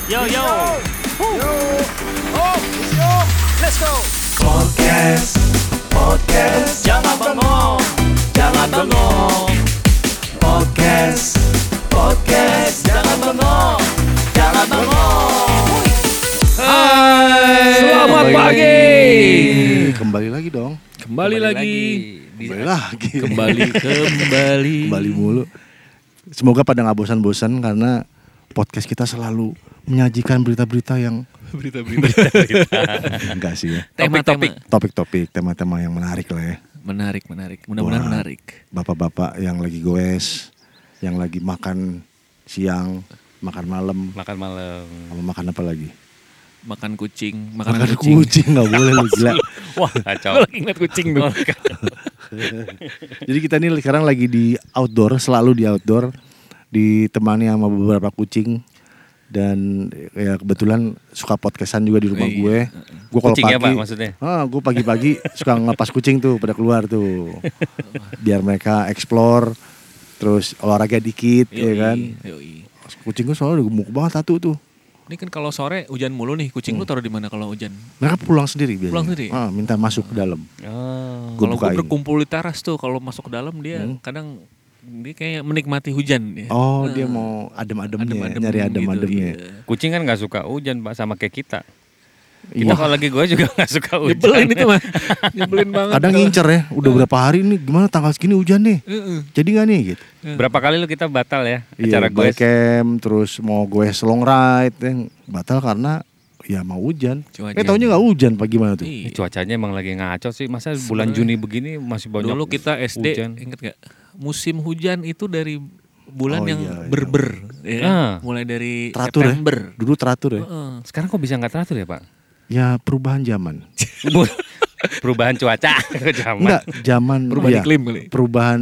Yo. Yo. Let's go. Podcast. Jangan bengong. Podcast. Jangan bengong. Hai. Selamat pagi. Kembali lagi dong. Kembali lagi. Kembali mulu. Semoga pada nggak bosan-bosan karena podcast kita selalu menyajikan berita-berita yang Berita-berita. enggak sih ya. Topik-topik. Tema-tema yang menarik lah ya. Menarik. Mudah-mudahan Buat menarik. Bapak-bapak yang lagi goes, yang lagi makan siang, makan malam, sama makan apa lagi? Makan kucing. Makan kucing nggak boleh lu gila. Wah, kacau. Gue lagi ngeliat kucing tuh. Jadi kita nih sekarang lagi di outdoor, selalu di outdoor, ditemani sama beberapa kucing. Dan ya kebetulan suka podcastan juga di rumah gue. Gue kalau Kucing pagi, ya, Pak, maksudnya? gue pagi-pagi suka ngelepas kucing tuh pada keluar tuh, biar mereka explore, terus olahraga dikit, ya kan. Yoi. Kucing gue soalnya udah gemuk banget satu tuh. Ini kan kalau sore hujan mulu nih, kucing lu taruh di mana kalau hujan? Mereka pulang sendiri biasanya. Pulang sendiri? Minta masuk ke dalam. Oh. Gue Kalau gue bukain. berkumpul di teras tuh, kalau masuk ke dalam dia kadang dia kayak menikmati hujan ya. Oh, dia mau adem-ademnya, nyari adem-ademnya. Gitu, iya. Kucing kan nggak suka hujan, Pak, sama kayak kita. Wah. Kita kalau lagi gue juga nggak suka hujan. Nyebelin itu mah. Nyebelin banget. Kadang ngincer ya, udah berapa hari nih, gimana tanggal segini hujan nih. Jadi gak nih gitu. Berapa kali lu kita batal ya Iya, acara gue? bike camp, terus mau gue long ride, batal karena ya mau hujan. Cuaca. Taunya gak hujan pak, gimana tuh? Iya. Cuacanya emang lagi ngaco sih. Masa bulan Juni begini masih banyak Dulu kita SD hujan. inget gak? Musim hujan itu dari bulan Oh, yang iya. berber, ya. Ah. Mulai dari Teratur September. ya? Dulu teratur ya? Heeh. Sekarang kok bisa nggak teratur ya, Pak? Ya perubahan zaman. Perubahan cuaca. Enggak, zaman Perubahan iya, iklim kali. perubahan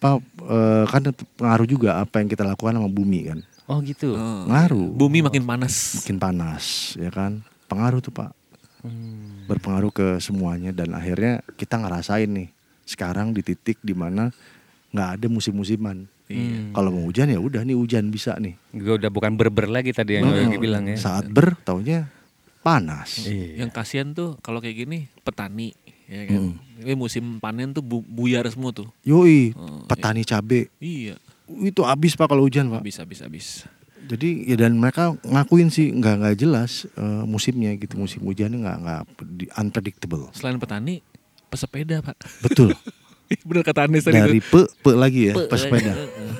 kan pengaruh juga apa yang kita lakukan sama bumi kan. Oh gitu. Ngaruh. Bumi makin panas. Makin panas, ya kan? Pengaruh tuh pak. Berpengaruh ke semuanya dan akhirnya kita ngerasain nih. Sekarang di titik dimana nggak ada musim-musiman. Kalau mau hujan ya udah nih hujan bisa nih. Gue udah bukan berber lagi tadi yang Yogi bilang ya. Saat taunya panas. Iya. Yang kasihan tuh kalau kayak gini petani, ya kan. Ini musim panen tuh buyar semua tuh. Yoi, petani cabe Iya, itu habis pak kalau hujan pak. habis. Jadi ya dan mereka ngakuin sih nggak jelas musimnya gitu, musim hujannya nggak unpredictable. Selain petani, pesepeda pak. Betul. Bener kata Anies tadi Dari tuh. pe lagi ya, pesepeda.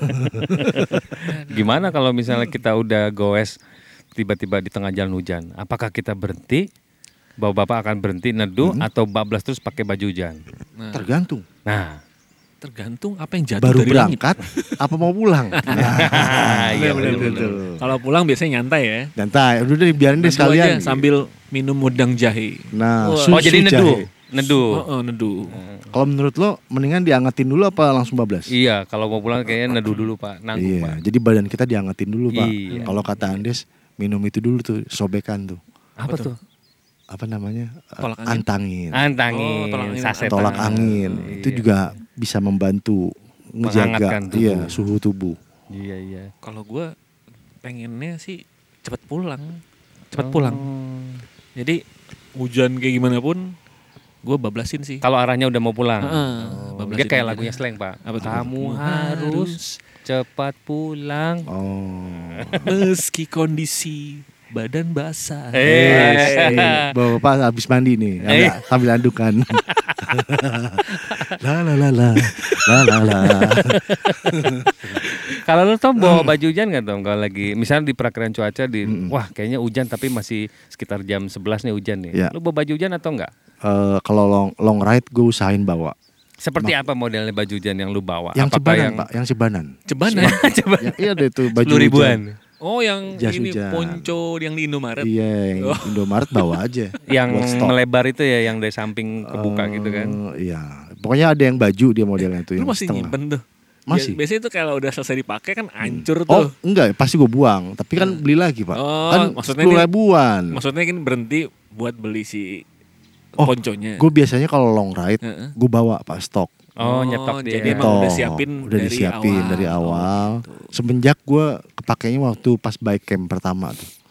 Gimana kalau misalnya kita udah goes tiba-tiba di tengah jalan hujan? Apakah kita berhenti? Bapak-bapak akan berhenti neduh atau bablas terus pakai baju hujan? Tergantung. Nah, Tergantung apa yang jatuh Baru dari langit. berangkat apa mau pulang? iya betul. Kalau pulang biasanya nyantai ya. Nyantai, udah deh biarin deh Neduh sekalian. aja sambil minum wedang jahe. Nah, Wah. susu oh jadi neduh, jahe. neduh. Neduh. Kalau menurut lo mendingan diangetin dulu apa langsung bablas? Iya, kalau mau pulang kayaknya neduh dulu Pak, nanggung Iya, Pak. jadi badan kita diangetin dulu pak. Iya. Kalau kata Andes minum itu dulu tuh sobekan tuh. Apa tuh? Apa namanya? Tolak angin. Antangin. Antangin, Oh, tolak angin. sasetan. Tolak angin. Itu juga bisa membantu ngejaga Menghangatkan tubuh. iya, suhu tubuh. Iya. Kalau gue pengennya sih cepet pulang. Jadi hujan kayak gimana pun gue bablasin sih. Kalau arahnya udah mau pulang. Bablasin Dia kayak aja lagunya deh. Slang Pak. Apa tuh? Kamu harus cepat pulang. Oh. Meski kondisi badan basah. Bapak habis mandi nih, sambil adukan. La la la la la la. Kalau lu Tom bawa baju hujan nggak Tom? Kalau lagi misalnya di perakiraan cuaca wah kayaknya hujan tapi masih sekitar jam 11 nih hujan nih. Ya. Lu bawa baju hujan atau enggak? Kalau long ride gue usahain bawa. Seperti apa modelnya baju hujan yang lu bawa? Yang Apakah cebanan pak, yang cebanan. Cebanan. Ya, iya deh tuh baju 10 ribuan. hujan. Oh yang Jas ini hujan. ponco yang di Indomaret. Iya, yang Indomaret bawa aja. Yang buat stok. melebar itu ya yang dari samping kebuka gitu kan. Iya, pokoknya ada yang baju dia modelnya tuh Lu yang masih setengah. nyimpen tuh? Masih. Biasanya tuh kalau udah selesai dipakai kan hancur Oh tuh. enggak, pasti gue buang. Tapi kan beli lagi pak. Oh, Kan maksudnya 10 ini- ribuan. Maksudnya kan berhenti buat beli si Oh, ponconya. Gue biasanya kalau long ride, Heeh. gue bawa pak stok. Oh, nyetok dia. Jadi emang udah Stok. siapin Udah disiapin dari awal. Oh, gitu. Semenjak gue kepakainya waktu pas bike camp pertama tuh.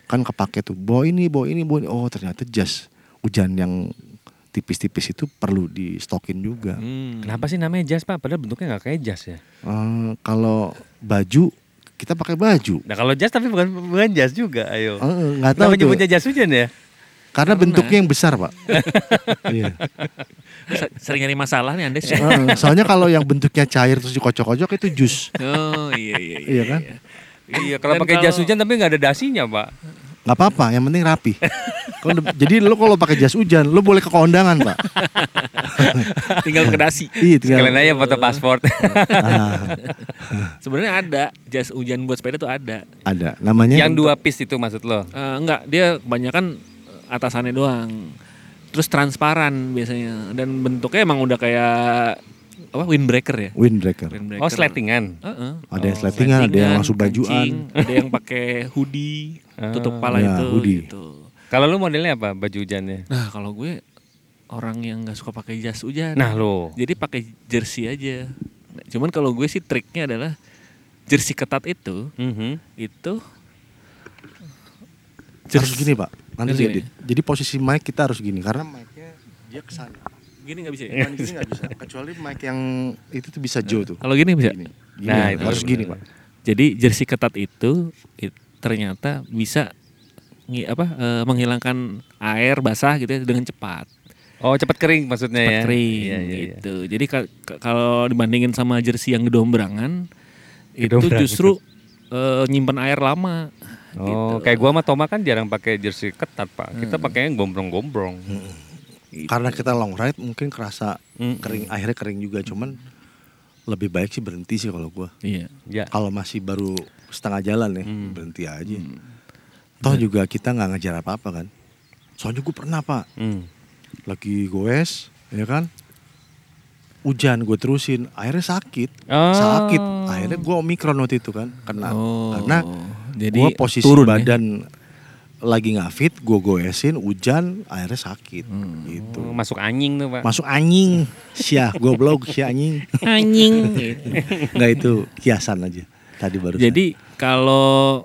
kan kepake tuh. Bawa ini. Oh ternyata jas hujan yang tipis-tipis itu perlu di stokin juga. Kenapa sih namanya jas Pak? Padahal bentuknya nggak kayak jas ya. Kalau baju kita pakai baju. Nah kalau jas tapi bukan jas juga, ayo. Nggak tahu Kenapa tuh. nyebutnya jas hujan ya? Karena bentuknya yang besar Pak. Iya. Sering nyari masalah nih Andes. Soalnya kalau yang bentuknya cair terus dikocok-kocok itu jus. Oh iya. Iya kan? Iya, kalau Dan pakai jas hujan tapi nggak ada dasinya Pak. Nggak apa-apa, yang penting rapi. Jadi lo kalau pakai jas hujan, lo boleh ke kondangan Pak. Tinggal ke dasi. Iya, tinggal. Sekalian aja foto paspor. Sebenarnya ada jas hujan buat sepeda tuh ada. Ada, namanya. Yang 2 piece itu maksud lo? Enggak, dia kebanyakan atasannya doang. Terus transparan biasanya dan bentuknya emang udah kayak apa windbreaker ya? Windbreaker. Windbreaker. Oh, sletingan. Ada yang sletingan, ada yang langsung bajuan. kancing, ada yang pakai hoodie, tutup kepala Ya, itu hoodie. gitu. Kalau lu modelnya apa baju hujannya? Nah, kalau gue orang yang nggak suka pakai jas hujan. Nah lo. Jadi pakai jersey aja. Cuman kalau gue sih triknya adalah jersey ketat itu Harus gini Pak. Nanti Harus jadi. Jadi posisi mic kita harus gini karena mic-nya dia kesana. Gini nggak bisa ya? Kan gini nggak bisa. Kecuali mic yang itu tuh bisa Joe tuh. Kalau gini bisa. Gini. Nah, itu harus gini Pak. Jadi jersey ketat itu ternyata bisa menghilangkan air basah gitu ya dengan cepat. Oh, cepat kering maksudnya Cepat ya. kering Iya. gitu. Jadi kalau dibandingin sama jersey yang gedombrangan itu Gedombrangan. justru nyimpen air lama. Oh, gitu. kayak gua sama Toma kan jarang pakai jersey ketat, Pak. Kita pakainya gombrong-gombrong. Gitu. Karena kita long ride mungkin kerasa Mm. kering, akhirnya kering juga. Cuman lebih baik sih berhenti sih kalau gua. Iya. Ya. Kalau masih baru setengah jalan ya, berhenti aja. Toh juga kita nggak ngejar apa-apa kan. Soalnya gue pernah Pak, lagi goes, ya kan, hujan gue terusin, akhirnya sakit, Oh. sakit. Akhirnya gue omikron waktu itu kan, kena. Karena jadi gue posisi turun ya? badan lagi nggak fit, gue goesin, hujan, akhirnya sakit, gitu. Oh, masuk anjing tuh, Pak. Masuk anjing, syah, goblok, syah anjing. Anjing. Gitu. Nggak itu kiasan aja. Tadi baru. Jadi kalau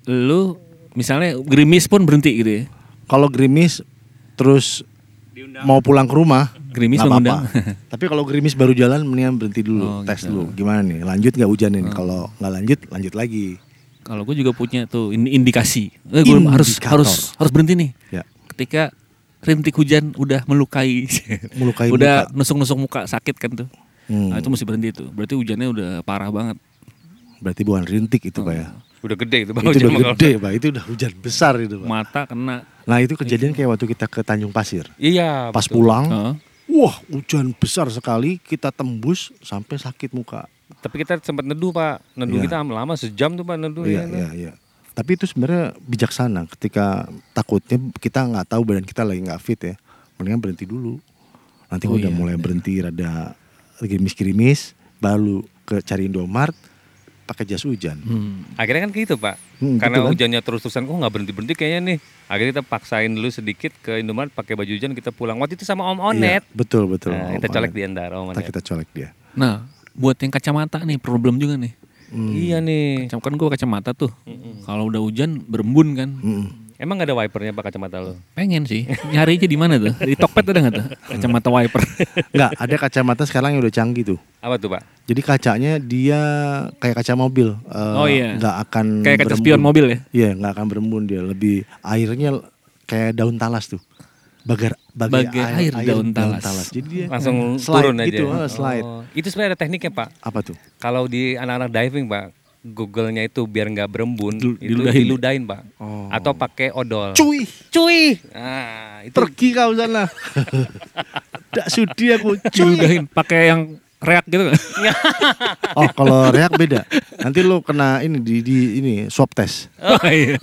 lu misalnya gerimis pun berhenti gitu ya. Kalau gerimis terus mau pulang ke rumah, Gerimis nggak mengundang. apa-apa. Tapi kalau gerimis baru jalan, mendingan berhenti dulu, tes gitu. dulu. Gimana nih? Lanjut nggak hujan ini? Kalau nggak lanjut, lanjut lagi. Kalau gue juga punya tuh indikasi. Gue Indikator. harus berhenti nih. Ya, Ketika rintik hujan udah melukai, melukai udah muka. nusuk-nusuk muka sakit kan tuh. Hmm. Nah, itu mesti berhenti tuh. Berarti hujannya udah parah banget. Berarti bukan rintik itu Pak ya. Udah gede itu, Bang. Itu hujan udah mah. gede Pak, itu udah hujan besar itu Pak. Mata kena. Nah itu kejadian kayak waktu kita ke Tanjung Pasir. Iya. Pas betul. pulang, Heeh. wah hujan besar sekali, kita tembus sampai sakit muka. Tapi kita sempat neduh, Pak. Neduh Iya. kita lama sejam tuh, Pak, neduh. Iya, ya. iya, iya. Tapi itu sebenarnya bijaksana ketika takutnya kita nggak tahu badan kita lagi nggak fit ya. Mendingan berhenti dulu. Nanti Oh udah iya, mulai berhenti rada gerimis-gerimis, baru ke cari Indomaret pakai jas hujan. Akhirnya kan gitu, Pak. Gitu Karena kan. hujannya terus-terusan kok nggak berhenti-berhenti kayaknya nih. Akhirnya kita paksain dulu sedikit ke Indomaret pakai baju hujan, kita pulang. Waktu itu sama Om Onet. Iya, betul. Nah, kita colek di Endar, Om Ntar Onet. kita colek dia. Nah, buat yang kacamata nih problem juga nih. Iya nih. Kan gue kacamata tuh. Kalau udah hujan berembun kan. Emang gak ada wipernya, Pak, kacamata lo? Pengen sih. Nyari aja di mana tuh? Di Tokped ada nggak tuh? Kacamata wiper. Nggak, ada kacamata sekarang yang udah canggih tuh. Apa tuh, Pak? Jadi kacanya dia kayak kaca mobil. Oh iya. Nggak akan Kayak kaca berembun. spion mobil ya? Iya, nggak akan berembun dia. Lebih airnya kayak daun talas tuh. Bagai air daun talas. Jadi dia Langsung slide turun aja. gitu, slide. Oh, itu sebenarnya ada tekniknya, Pak. Apa tuh? Kalau di anak-anak diving, Pak, Google-nya itu biar nggak berembun, itu Diludahin. diludahin, Pak. Oh. Atau pakai odol. Cuy, Nah, itu pergi kau sana. Tidak sudi aku. Cuy. Diludahin pakai yang reak gitu kan? Oh, kalau reak beda. Nanti lu kena ini di ini swab test. Oh iya.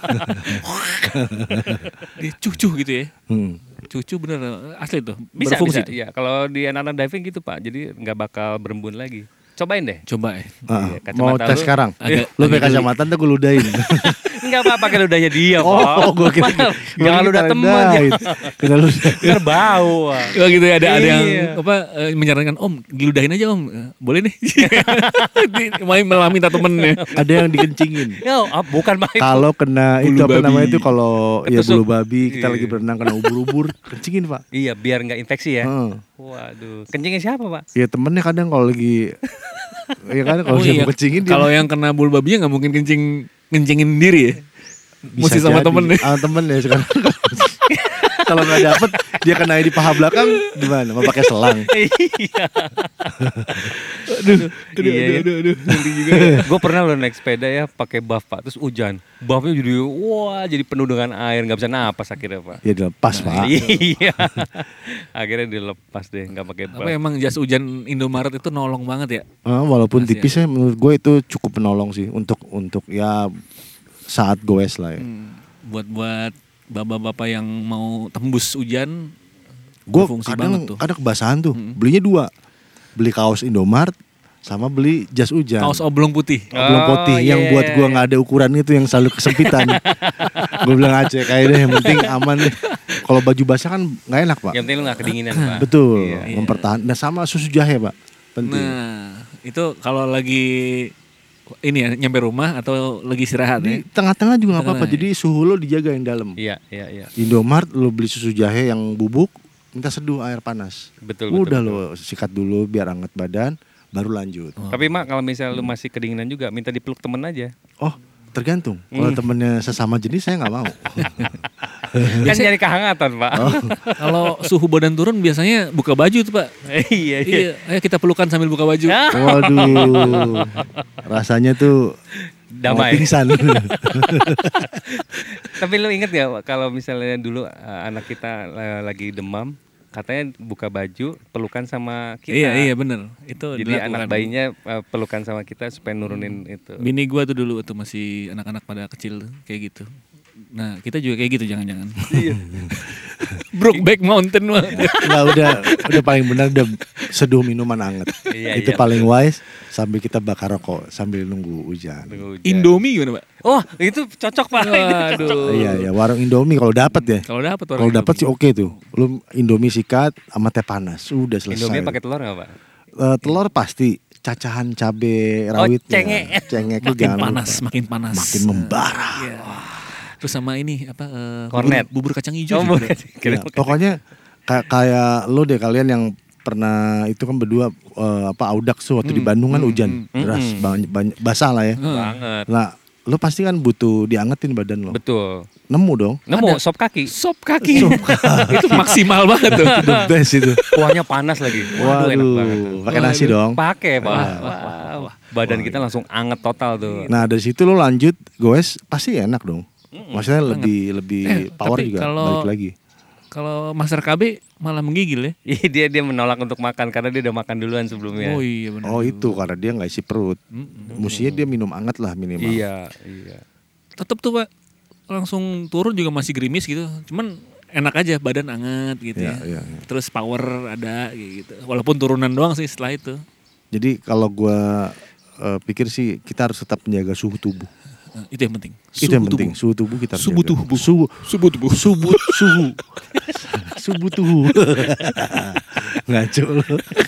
Dia cucu gitu ya. Cucu bener asli tuh. bisa, Berfungsi bisa. tuh. Iya, kalau di anak-anak diving gitu, Pak. Jadi nggak bakal berembun lagi. Cobain deh. Coba ya. Ah, Iya, mau kacamata tes lu. sekarang? Agak- Lu pakai agak geli. kacamata ntar gue ludahin. enggak Pak, pakai ludahnya dia Pak. Oh, gue kira Jangan ludah teman. Kita ludah. Berbau. Pak. Oh gitu ya, ada yang Iya. menyarankan Om diludahin aja Om. Boleh nih. Malah minta temennya. Ada yang dikencingin. Ya, bukan Pak. Kalau kena Bulu itu apa babi. namanya itu kalau ya Ketusuk. bulu babi kita Iya. lagi berenang kena ubur-ubur kencingin Pak. Iya, biar nggak infeksi ya. Heeh. Waduh, kencingnya siapa Pak? Ya temennya kadang kalau lagi ya kan kalau Oh dia iya. mau kencingin dia Kalau yang kena bulu babinya nggak mungkin kencingin diri ya. bisa Mesti sama jadi. temennya. Sama temennya sekarang. Kalau nggak dapet dia kena di paha belakang gimana? Mau pakai selang. Iya. Aduh. Gue pernah lo naik sepeda ya pakai buff Pak, terus hujan. Buffnya jadi penuh dengan air, nggak bisa napas akhirnya Pak. Ya dilepas Pak. Iya. Akhirnya dilepas deh, nggak pakai buff. Apa emang jas hujan Indomaret itu nolong banget ya? Walaupun Masih tipis ya menurut gue itu cukup menolong sih untuk ya saat goes lah ya. Buat bapak-bapak yang mau tembus hujan, Gue berfungsi banget tuh. ada kebasahan tuh. Belinya 2. Beli kaos Indomaret sama beli jas hujan. Kaos oblong putih. Belum putih iya, yang iya, buat iya. gua nggak ada ukuran itu yang selalu kesempitan. Gue bilang aja kayaknya yang penting aman deh. Kalau baju basah kan nggak enak Pak. Yang penting lu nggak kedinginan Pak. Betul, Iya. mempertahankan. Nah sama susu jahe Pak, penting. Nah, itu kalau lagi ini ya nyampe rumah atau lagi istirahat Di ya. tengah-tengah juga nggak apa-apa. Tengah-tengah Jadi suhu lo dijaga yang dalam. Iya. Indomaret lo beli susu jahe yang bubuk, minta seduh air panas. Betul. Udah betul. lo sikat dulu biar hangat badan, baru lanjut. Tapi Mak, kalau misalnya lu masih kedinginan juga, minta dipeluk temen aja. Oh tergantung. Kalau temennya sesama jenis saya nggak mau. Kan nyari kehangatan Pak. Kalau suhu badan turun biasanya buka baju tuh Pak. Iya. Iya, ayo kita pelukan sambil buka baju. Waduh, rasanya tuh mau Damai. pingsan. Tapi lu inget gak kalau misalnya dulu anak kita lagi demam, katanya buka baju, pelukan sama kita. Iya bener. Itu Jadi dilakukan. anak bayinya pelukan sama kita supaya nurunin itu. Bini gua tuh dulu tuh masih anak-anak pada kecil tuh, kayak gitu. Nah kita juga kayak gitu jangan-jangan. Brokeback Mountain mah. Nggak udah paling benar udah seduh minuman anget. Iya, Itu iya. paling wise sambil kita bakar rokok sambil nunggu hujan. Tunggu hujan. Indomie gimana Pak? Oh itu cocok Pak. Itu cocok. Waduh. Iya warung Indomie kalau dapat ya. Kalau dapat orang Kalau dapat sih Indomie. oke tuh. Lu Indomie sikat sama teh panas udah selesai. Indomie pakai telur nggak Pak? Telur pasti cacahan cabe Oh, rawitnya. Cengek tuh makin jangan panas, lupa. makin panas. Makin membara. Iya. Terus sama ini apa? Kornet. Bubur kacang hijau. Oh, juga. Ya, pokoknya kayak lo deh kalian yang pernah itu kan berdua audak waktu di Bandung kan hujan deras banyak basah lah ya. Banget. Nah, lo pasti kan butuh diangetin badan lo. Betul. Nemu dong. Nemu sop kaki. Sop kaki. Itu maksimal banget tuh. The best itu. Kuahnya panas lagi. Waduh, enak banget tuh. Pakai nasi dong. Pakai Pak. Wow. Badan kita langsung anget total tuh. Nah, dari situ lo lanjut goes pasti enak dong. Maksudnya lebih power tapi juga kalau- balik lagi. Kalau Master KB malah menggigil ya. Iya dia menolak untuk makan karena dia udah makan duluan sebelumnya. Oh iya benar. Oh itu karena dia nggak isi perut. Mestinya dia minum anget lah minimal. Iya. Tetep tuh Pak langsung turun juga masih gerimis gitu. Cuman enak aja badan anget gitu Iya, ya. iya, iya. Terus power ada kayak gitu. Walaupun turunan doang sih setelah itu. Jadi kalau gua pikir sih kita harus tetap menjaga suhu tubuh. Nah, itu yang penting. Itu yang penting. Suhu tubuh kita harus Subuh jaga. tubuh. Suhu Subuh tubuh. subuh tubuh. Ngaco lo.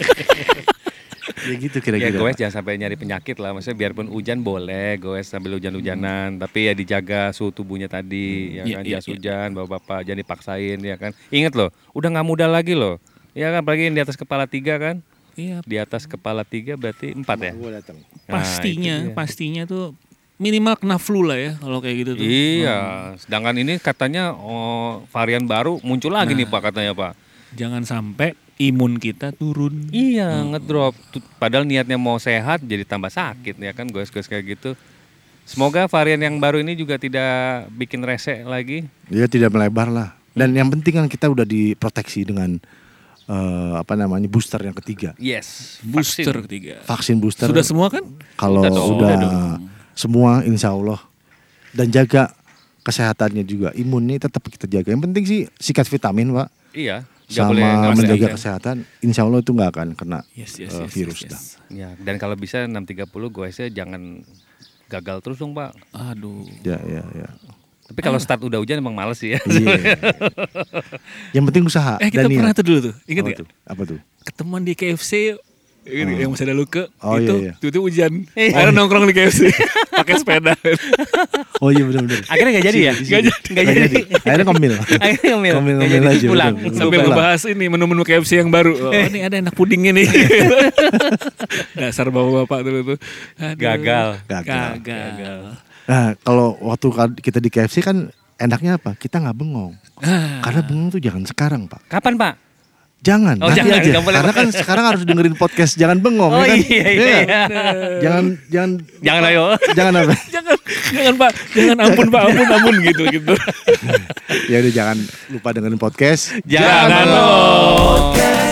Ya gitu Ya kira-kira. goes jangan sampai nyari penyakit lah. Maksudnya biarpun hujan boleh goes sambil hujan-hujanan, tapi ya dijaga suhu tubuhnya tadi, ya Iya, kan iya, jas hujan, bapak-bapak jangan dipaksain ya kan. Ingat loh, udah nggak muda lagi loh. Ya kan apalagi yang di atas kepala 3 kan. Iya. Di atas kepala 3 berarti 4 ya. Gua datang. Nah, itu dia. Pastinya tuh minimal kena flu lah ya kalau kayak gitu tuh. Iya, sedangkan ini katanya varian baru muncul lagi nih Pak katanya Pak. Jangan sampai imun kita turun. Iya, ngedrop. Padahal niatnya mau sehat jadi tambah sakit ya kan goes-goes kayak gitu. Semoga varian yang baru ini juga tidak bikin rese lagi. Dia tidak melebar lah. Dan yang penting kan kita udah diproteksi dengan booster yang ketiga. Yes, Booster vaksin. ketiga. Vaksin booster. Sudah semua kan? Kalau Udah dong. sudah Udah semua insya Allah. Dan jaga kesehatannya juga. Imunnya tetap kita jaga. Yang penting sih sikat vitamin Pak. Iya, nggak boleh Sama nggak menjaga boleh. kesehatan. Insya Allah itu nggak akan kena Yes, virus dah. Ya, dan kalau bisa 6.30 goesnya jangan gagal terus dong Pak. Aduh. Ya. Tapi kalau start udah hujan emang males sih ya. Iya. Yang penting usaha. Kita dan niat. pernah tuh dulu tuh, ingat Apa gak? tuh? Apa tuh? Ketemuan di KFC yang masih ada luka Oh, itu, iya. itu hujan. Akhirnya nongkrong di KFC pakai sepeda. Oh iya benar-benar. Akhirnya nggak jadi ya? Nggak Nggak jadi. Akhirnya ngemil. Akhirnya ngemil. Ngemil Nggak jadi, aja, pulang. betul. Sambil Pulang. ngebahas ini menu-menu KFC yang baru. Oh, ini ada enak pudingnya nih. Dasar bapak-bapak dulu tuh. Aduh. Gagal. Gagal. Nah kalau waktu kita di KFC kan enaknya apa? Kita nggak bengong. Karena bengong tuh jangan sekarang Pak. Kapan Pak? Jangan, Oh, nanti jangan, aja. nggak boleh. Karena kan sekarang harus dengerin podcast Jangan Bengong. Oh ya kan? iya. nggak? Jangan ayo. jangan apa? Jangan Pak, jangan ampun Pak, ampun gitu. Ya udah jangan lupa dengerin podcast. Jangan loh.